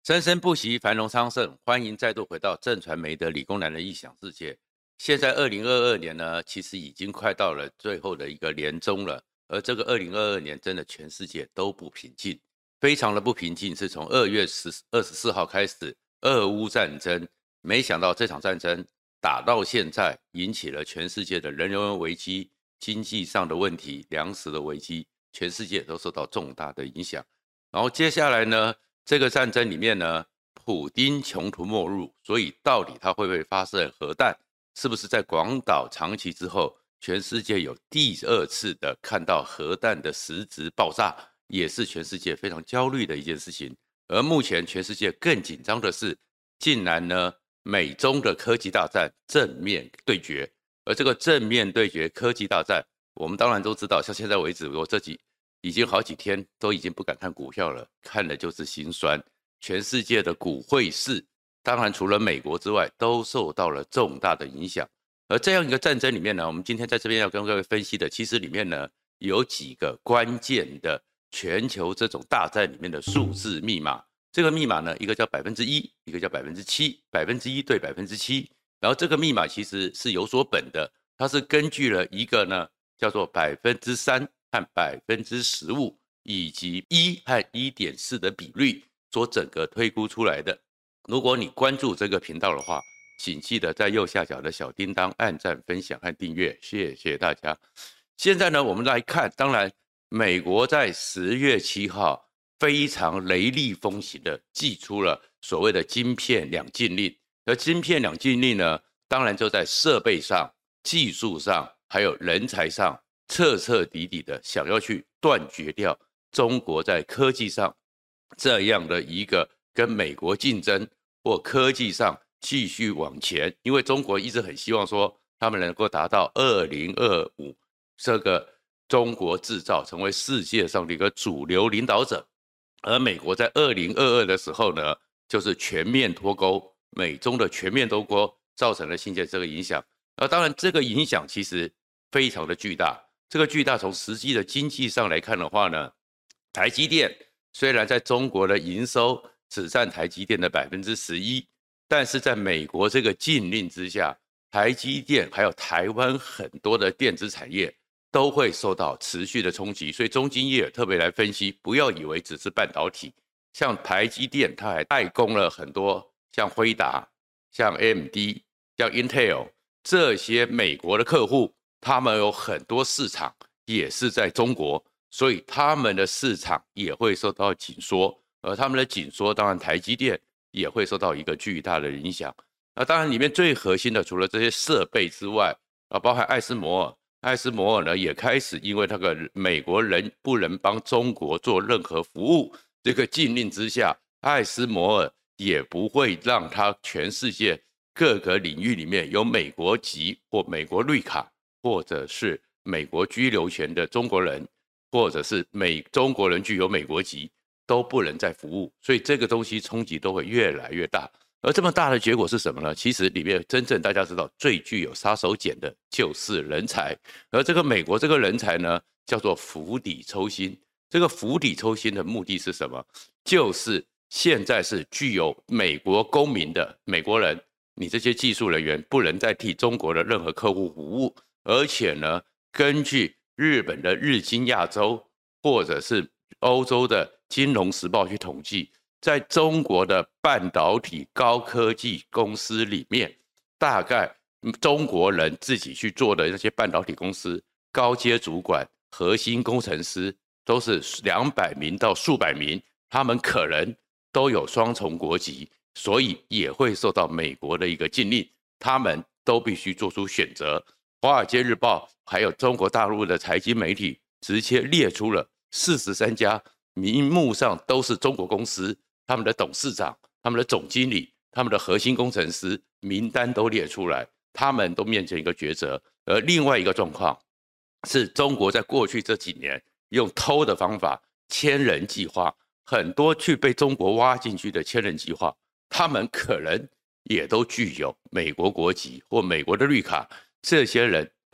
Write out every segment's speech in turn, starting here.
生生不息，繁荣昌盛。欢迎再度回到震传媒的理工男的异想世界。现在2022年呢，其实已经快到了最后的一个年终了。而这个2022年，真的全世界都不平静，非常的不平静。是从2月24号开始，俄乌战争，没想到这场战争打到现在，引起了全世界的人文危机、经济上的问题、粮食的危机，全世界都受到重大的影响。然后接下来呢？这个战争里面呢，普丁穷途末路，所以到底他会不会发射核弹？是不是在广岛、长崎之后，全世界有第二次的看到核弹的实质爆炸，也是全世界非常焦虑的一件事情。而目前全世界更紧张的是，竟然呢，美中的科技大战正面对决，而这个正面对决科技大战，我们当然都知道，像现在为止，我已经好几天都已经不敢看股票了，看的就是心酸。全世界的股汇市，当然除了美国之外，都受到了重大的影响。而这样一个战争里面呢，我们今天在这边要跟各位分析的，其实里面呢有几个关键的全球这种大战里面的数字密码。这个密码呢，一个叫1%，一个叫7%，1%对7%。然后这个密码其实是有所本的，它是根据了一个呢叫做3%和15%，以及1和1.4的比率所整个推估出来的。如果你关注这个频道的话，请记得在右下角的小叮当按赞、分享和订阅，谢谢大家。现在呢，我们来看，当然，美国在10月7号非常雷厉风行的祭出了所谓的晶片两禁令。而晶片两禁令呢，当然就在设备上、技术上，还有人才上，彻彻底底的想要去断绝掉中国在科技上这样的一个跟美国竞争或科技上继续往前。因为中国一直很希望说他们能够达到2025这个中国制造成为世界上的一个主流领导者，而美国在2022的时候呢，就是全面脱钩，美中的全面脱钩造成了现在这个影响。而当然这个影响其实非常的巨大，这个巨大从实际的经济上来看的话呢，台积电虽然在中国的营收只占台积电的11%，但是在美国这个禁令之下，台积电还有台湾很多的电子产业都会受到持续的冲击。所以中经业特别来分析，不要以为只是半导体，像台积电它还代工了很多像辉达、像 AMD、像 Intel 这些美国的客户，他们有很多市场也是在中国，所以他们的市场也会受到紧缩，而他们的紧缩，当然台积电也会受到一个巨大的影响。那当然里面最核心的，除了这些设备之外，包含艾斯摩尔呢，也开始因为那个美国人不能帮中国做任何服务这个禁令之下，艾斯摩尔也不会让他全世界各个领域里面有美国籍或美国绿卡，或者是美国居留权的中国人，或者是中国人具有美国籍，都不能再服务。所以这个东西冲击都会越来越大。而这么大的结果是什么呢？其实里面真正大家知道最具有杀手锏的就是人才。而这个美国这个人才呢，叫做釜底抽薪。这个釜底抽薪的目的是什么？就是现在是具有美国公民的美国人，你这些技术人员不能再替中国的任何客户服务，而且呢，根据日本的日经亚洲或者是欧洲的金融时报去统计，在中国的半导体高科技公司里面，大概中国人自己去做的那些半导体公司高阶主管、核心工程师都是200名到数百名，他们可能都有双重国籍，所以也会受到美国的一个禁令，他们都必须做出选择。华尔街日报还有中国大陆的财经媒体直接列出了43家名目上都是中国公司，他们的董事长、他们的总经理、他们的核心工程师名单都列出来，他们都面临一个抉择。而另外一个状况是，中国在过去这几年用偷的方法，千人计划，很多去被中国挖进去的千人计划，他们可能也都具有美国国籍或美国的绿卡，这些人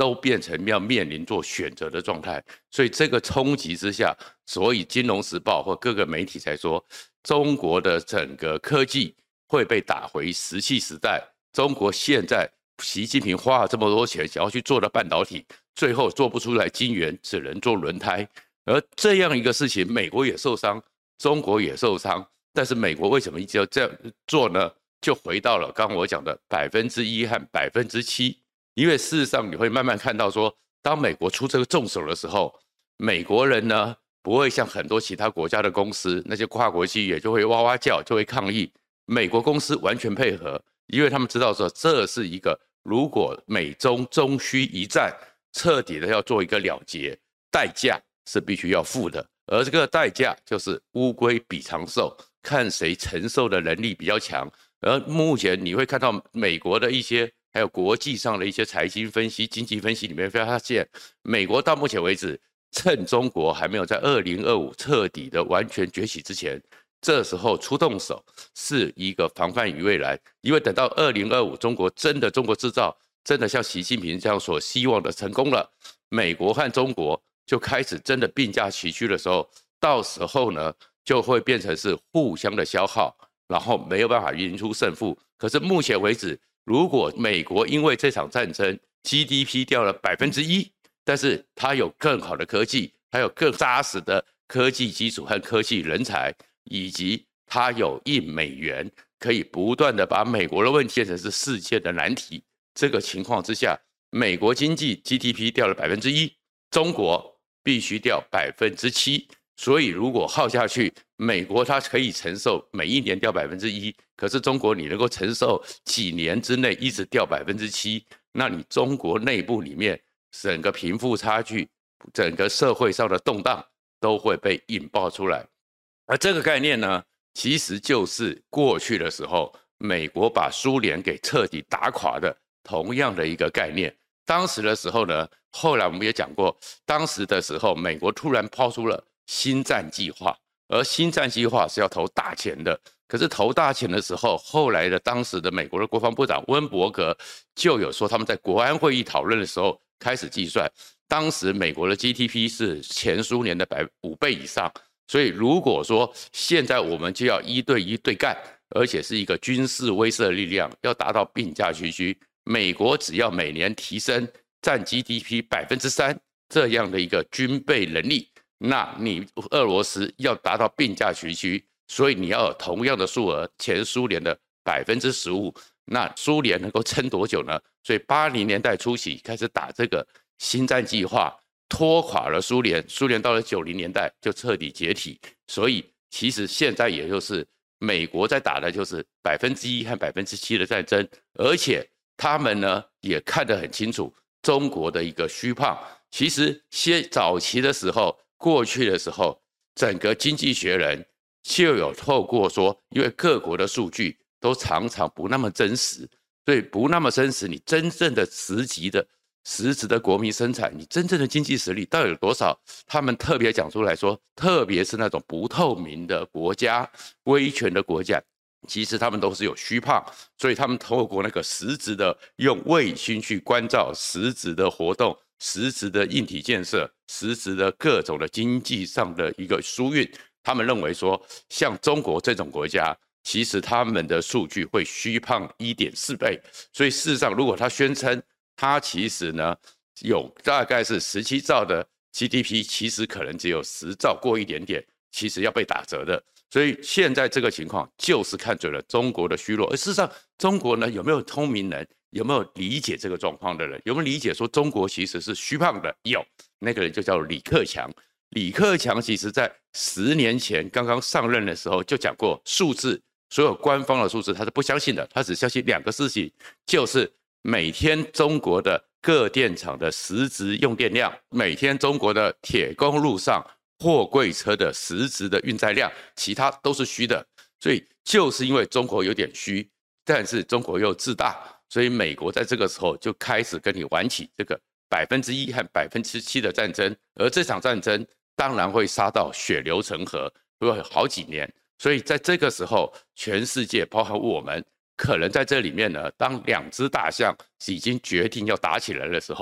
都变成要面临做选择的状态。所以这个冲击之下，所以《金融时报》或各个媒体才说，中国的整个科技会被打回石器时代。中国现在习近平花了这么多钱想要去做的半导体，最后做不出来晶圆，只能做轮胎。而这样一个事情，美国也受伤，中国也受伤，但是美国为什么一直要这样做呢？就回到了刚刚我讲的1%和7%，因为事实上你会慢慢看到说，当美国出这个重手的时候，美国人呢不会像很多其他国家的公司，那些跨国企业就会哇哇叫，就会抗议。美国公司完全配合，因为他们知道说这是一个如果美中终须一战，彻底的要做一个了结，代价是必须要付的，而这个代价就是乌龟比长寿，看谁承受的能力比较强。而目前你会看到美国的一些，还有国际上的一些财经分析、经济分析里面发现，美国到目前为止，趁中国还没有在2025彻底的完全崛起之前，这时候出动手是一个防范于未来。因为等到2025，中国制造真的像习近平这样所希望的成功了，美国和中国就开始真的并驾齐驱的时候，到时候呢就会变成是互相的消耗，然后没有办法赢出胜负。可是目前为止，如果美国因为这场战争 GDP 掉了1%，但是它有更好的科技，还有更扎实的科技基础和科技人才，以及它有印美元，可以不断的把美国的问题变成是世界的难题。这个情况之下，美国经济 GDP 掉了1%，中国必须掉7%。所以如果耗下去，美国它可以承受每一年掉1%，可是中国你能够承受几年之内一直掉7%，那你中国内部里面整个贫富差距、整个社会上的动荡都会被引爆出来。而这个概念呢，其实就是过去的时候美国把苏联给彻底打垮的同样的一个概念。当时的时候呢，后来我们也讲过，当时的时候美国突然抛出了星战计划，而星战计划是要投大钱的。可是投大钱的时候，后来的当时的美国的国防部长温伯格就有说，他们在国安会议讨论的时候开始计算，当时美国的 GDP 是前苏联的5倍以上，所以如果说现在我们就要1对1对干，而且是一个军事威慑力量，要达到并驾齐驱，美国只要每年提升占 GDP 3%这样的一个军备能力，那你俄罗斯要达到并驾齐驱，所以你要有同样的数额，前苏联的15%，那苏联能够撑多久呢？所以80年代初期开始打这个星战计划，拖垮了苏联，苏联到了90年代就彻底解体。所以其实现在也就是美国在打的就是1%和7%的战争，而且他们呢也看得很清楚中国的一个虚胖。其实早期的时候，过去的时候，整个经济学人就有透过说，因为各国的数据都常常不那么真实，所以不那么真实，你真正的实质的国民生产，你真正的经济实力到底有多少？他们特别讲出来说，特别是那种不透明的国家、威权的国家，其实他们都是有虚胖，所以他们透过那个实质的用卫星去关照实质的活动、实质的硬体建设、实质的各种的经济上的一个疏运，他们认为说，像中国这种国家，其实他们的数据会虚胖1.4倍。所以事实上，如果他宣称他其实呢有大概是17兆的 GDP， 其实可能只有10兆过一点点，其实要被打折的。所以现在这个情况就是看准了中国的虚弱，而事实上中国呢有没有聪明人，有没有理解这个状况的人，有没有理解说中国其实是虚胖的？有，那个人就叫李克强。李克强其实在10年前刚刚上任的时候就讲过，数字所有官方的数字他是不相信的，他只相信2个事情，就是每天中国的各电厂的实质用电量，每天中国的铁公路上货柜车的实质的运载量，其他都是虚的。所以就是因为中国有点虚，但是中国又自大，所以美国在这个时候就开始跟你玩起这个1%和7%的战争，而这场战争当然会杀到血流成河，会有好几年。所以在这个时候，全世界包含我们，可能在这里面呢，当2只大象已经决定要打起来的时候，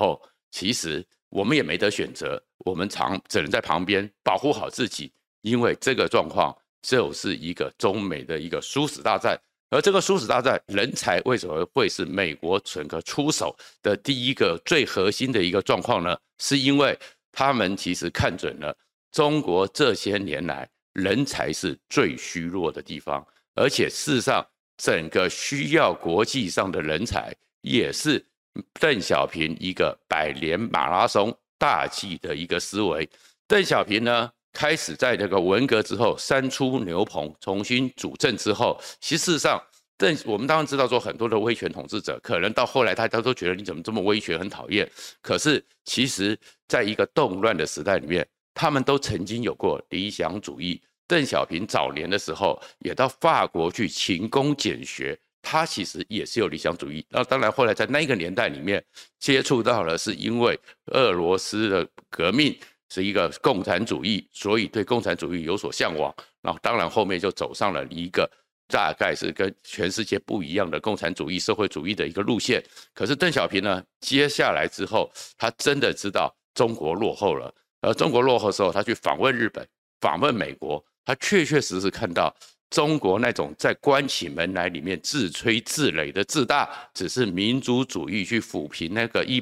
其实我们也没得选择，我们只能在旁边保护好自己，因为这个状况就是一个中美的一个殊死大战。而这个殊死大战，人才为什么会是美国整个出手的第一个最核心的一个状况呢？是因为他们其实看准了中国这些年来人才是最虚弱的地方，而且事实上整个需要国际上的人才也是邓小平一个百年马拉松大计的一个思维。邓小平呢，开始在这个文革之后删除牛棚，重新主政之后，其实事实上，我们当然知道说很多的威权统治者，可能到后来大家都觉得你怎么这么威权，很讨厌。可是其实，在一个动乱的时代里面，他们都曾经有过理想主义。邓小平早年的时候，也到法国去勤工俭学。他其实也是有理想主义，那当然后来在那个年代里面接触到了，是因为俄罗斯的革命是一个共产主义，所以对共产主义有所向往，然后当然后面就走上了一个大概是跟全世界不一样的共产主义、社会主义的一个路线。可是邓小平呢，接下来之后，他真的知道中国落后了，而中国落后的时候，他去访问日本、访问美国，他确确实实看到中国那种在关起门来里面自吹自擂的自大，只是民族主义去抚平那个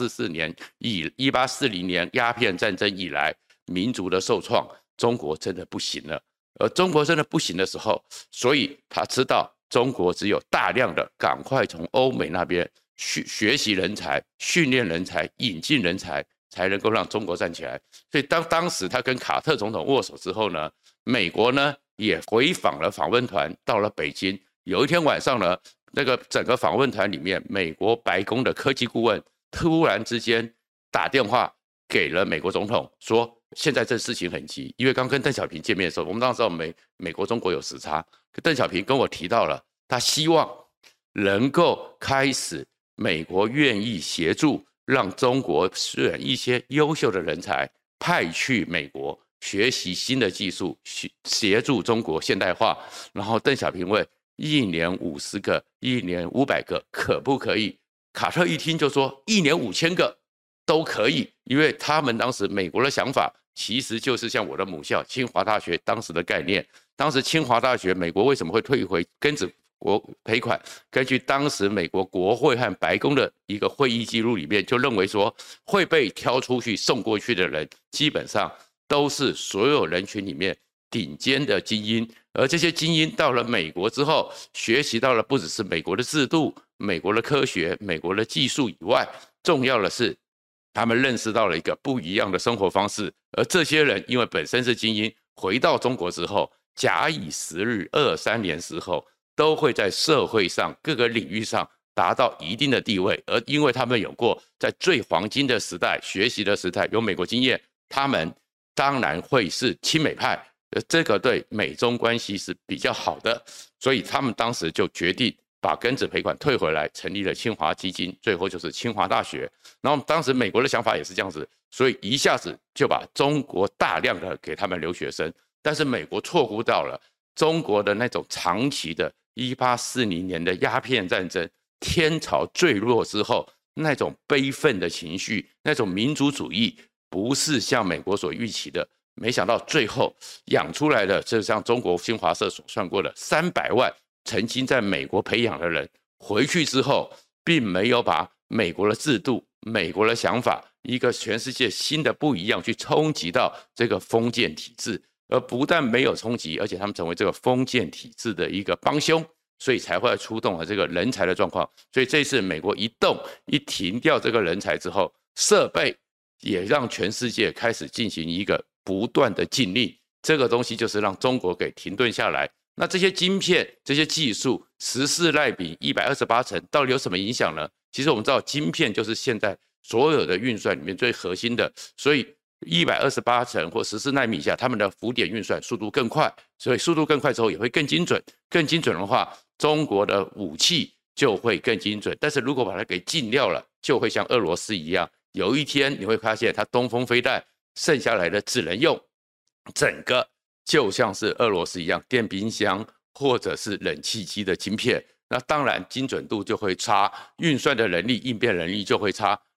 1840年鸦片战争以来民族的受创，中国真的不行了。而中国真的不行的时候，所以他知道中国只有大量的赶快从欧美那边学习人才、训练人才、引进人才，才能够让中国站起来。所以当时他跟卡特总统握手之后呢，美国呢也回访了访问团到了北京。有一天晚上呢，那个整个访问团里面，美国白宫的科技顾问突然之间打电话给了美国总统，说现在这事情很急，因为刚跟邓小平见面的时候，我们当时知道美国中国有时差，邓小平跟我提到了，他希望能够开始美国愿意协助，让中国选一些优秀的人才派去美国学习新的技术，协助中国现代化。然后邓小平问1年50个，1年500个，可不可以？卡特一听就说1年5000个都可以，因为他们当时美国的想法其实就是像我的母校清华大学当时的概念。当时清华大学美国为什么会退回庚子赔款？根据当时美国国会和白宫的一个会议记录里面，就认为说会被挑出去送过去的人，基本上都是所有人群里面顶尖的精英。而这些精英到了美国之后，学习到了不只是美国的制度、美国的科学、美国的技术以外，重要的是他们认识到了一个不一样的生活方式。而这些人因为本身是精英，回到中国之后，假以时日，2、3年时候，都会在社会上各个领域上达到一定的地位。而因为他们有过在最黄金的时代学习的时代，有美国经验，他们当然会是亲美派，这个对美中关系是比较好的。所以他们当时就决定把庚子赔款退回来，成立了清华基金，最后就是清华大学。然后当时美国的想法也是这样子，所以一下子就把中国大量的给他们留学生。但是美国错估到了中国的那种长期的1840年的鸦片战争，天朝坠落之后那种悲愤的情绪，那种民族主义，不是像美国所预期的。没想到最后养出来的，就像中国新华社所算过的300万曾经在美国培养的人，回去之后并没有把美国的制度、美国的想法，一个全世界新的不一样去冲击到这个封建体制，而不但没有冲击，而且他们成为这个封建体制的一个帮凶，所以才会出动了这个人才的状况。所以这次美国一停掉这个人才之后，设备也让全世界开始进行一个不断的禁令，这个东西就是让中国给停顿下来。那这些晶片、这些技术14奈米、128层到底有什么影响呢？其实我们知道，晶片就是现在所有的运算里面最核心的，所以128层或14奈米以下，他们的浮点运算速度更快，所以速度更快之后也会更精准。更精准的话，中国的武器就会更精准。但是如果把它给禁掉了，就会像俄罗斯一样，有一天你会发现它东风飞弹剩下来的只能用整个就像是俄罗斯一样电冰箱或者是冷气机的晶片，那当然精准度就会差，运算的能力、应变能力就会差。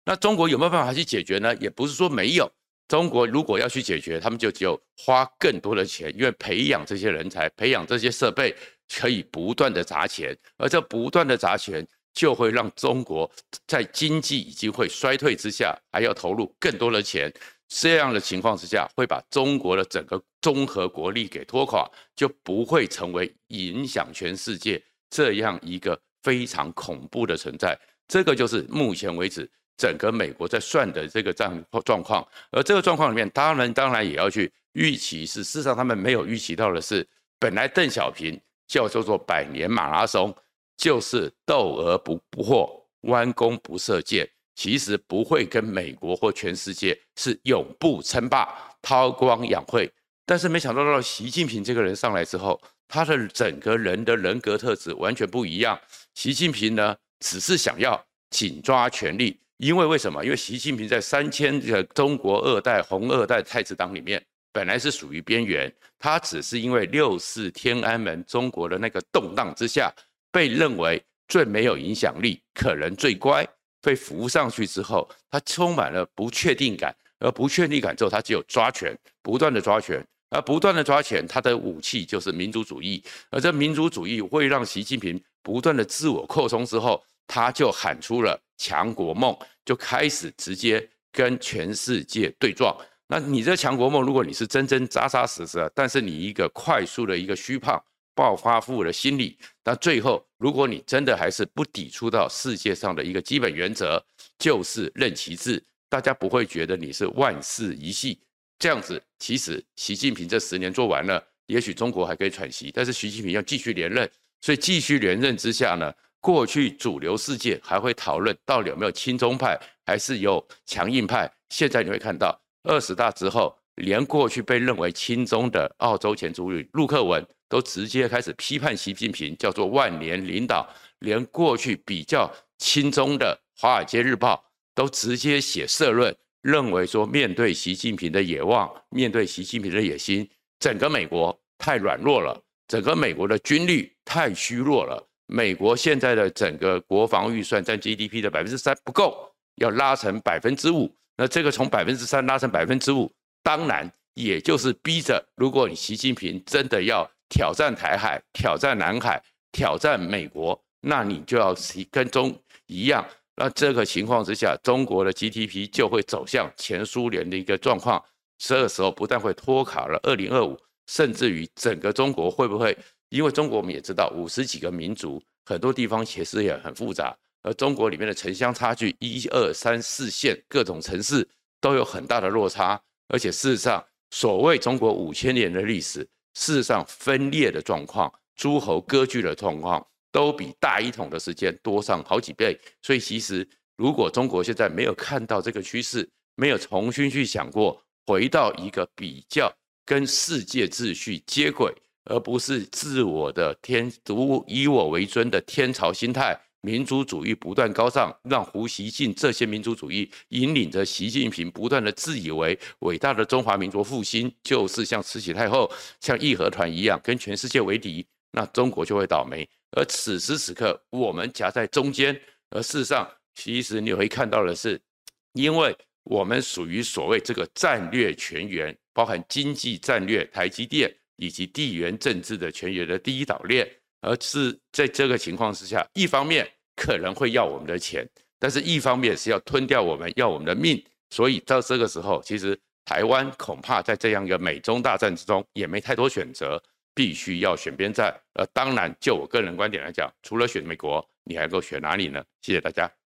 那中国有没有办法去解决呢？也不是说没有。中国如果要去解决，他们就只有花更多的钱，因为培养这些人才、培养这些设备，可以不断的砸钱，而这不断的砸钱，就会让中国在经济已经会衰退之下，还要投入更多的钱。这样的情况之下，会把中国的整个综合国力给拖垮，就不会成为影响全世界这样一个非常恐怖的存在。这个就是目前为止整个美国在算的这个状况，而这个状况里面，当然也要去预期是，事实上他们没有预期到的是，本来邓小平叫做100年马拉松，就是斗而不破，弯弓不射箭。其实不会跟美国或全世界是永不称霸、韬光养晦，但是没想到习近平这个人上来之后，他的整个人的人格特质完全不一样。习近平呢，只是想要紧抓权力，因为什么？因为习近平在3000个中国二代、红二代太子党里面，本来是属于边缘，他只是因为6·4天安门中国的那个动荡之下，被认为最没有影响力，可能最乖。被扶上去之后，他充满了不确定感，而不确定感之后，他只有抓权，不断的抓权，而不断的抓权，他的武器就是民族主义，而这民族主义会让习近平不断的自我扩充之后，他就喊出了强国梦，就开始直接跟全世界对撞。那你这强国梦，如果你是真真扎扎实实的，但是你一个快速的一个虚胖暴发户的心理，但最后如果你真的还是不抵触到世界上的一个基本原则，就是任其治，大家不会觉得你是万世一系。这样子，其实习近平这10年做完了，也许中国还可以喘息，但是习近平要继续连任，所以继续连任之下呢，过去主流世界还会讨论到底有没有亲中派，还是有强硬派。现在你会看到20大之后，连过去被认为亲中的澳洲前总理陆克文都直接开始批判习近平，叫做万年领导。连过去比较亲中的《华尔街日报》都直接写社论，认为说面对习近平的野望，面对习近平的野心，整个美国太软弱了，整个美国的军力太虚弱了。美国现在的整个国防预算占 GDP 的3%不够，要拉成5%。那这个从3%拉成5%，当然也就是逼着，如果你习近平真的要挑战台海、挑战南海、挑战美国，那你就要跟中一样。那这个情况之下，中国的 GDP 就会走向前苏联的一个状况。这个时候不但会拖卡了2025，甚至于整个中国会不会？因为中国我们也知道50几个民族，很多地方其实也很复杂。而中国里面的城乡差距，1、2、3、4线各种城市都有很大的落差，而且事实上，所谓中国5000年的历史，事实上分裂的状况、诸侯割据的状况，都比大一统的时间多上好几倍。所以其实，如果中国现在没有看到这个趋势，没有重新去想过，回到一个比较跟世界秩序接轨，而不是自我的以我为尊的天朝心态。民族主义不断高涨，让胡锡进这些民族主义引领着习近平不断的自以为伟大的中华民族复兴，就是像慈禧太后、像义和团一样，跟全世界为敌，那中国就会倒霉。而此时此刻，我们夹在中间，而事实上，其实你会看到的是，因为我们属于所谓这个战略全员，包含经济战略、台积电以及地缘政治的全员的第一岛链。而是在这个情况之下，一方面可能会要我们的钱，但是一方面是要吞掉我们，要我们的命。所以到这个时候，其实台湾恐怕在这样一个美中大战之中也没太多选择，必须要选边站。当然，就我个人观点来讲，除了选美国，你还能够选哪里呢？谢谢大家。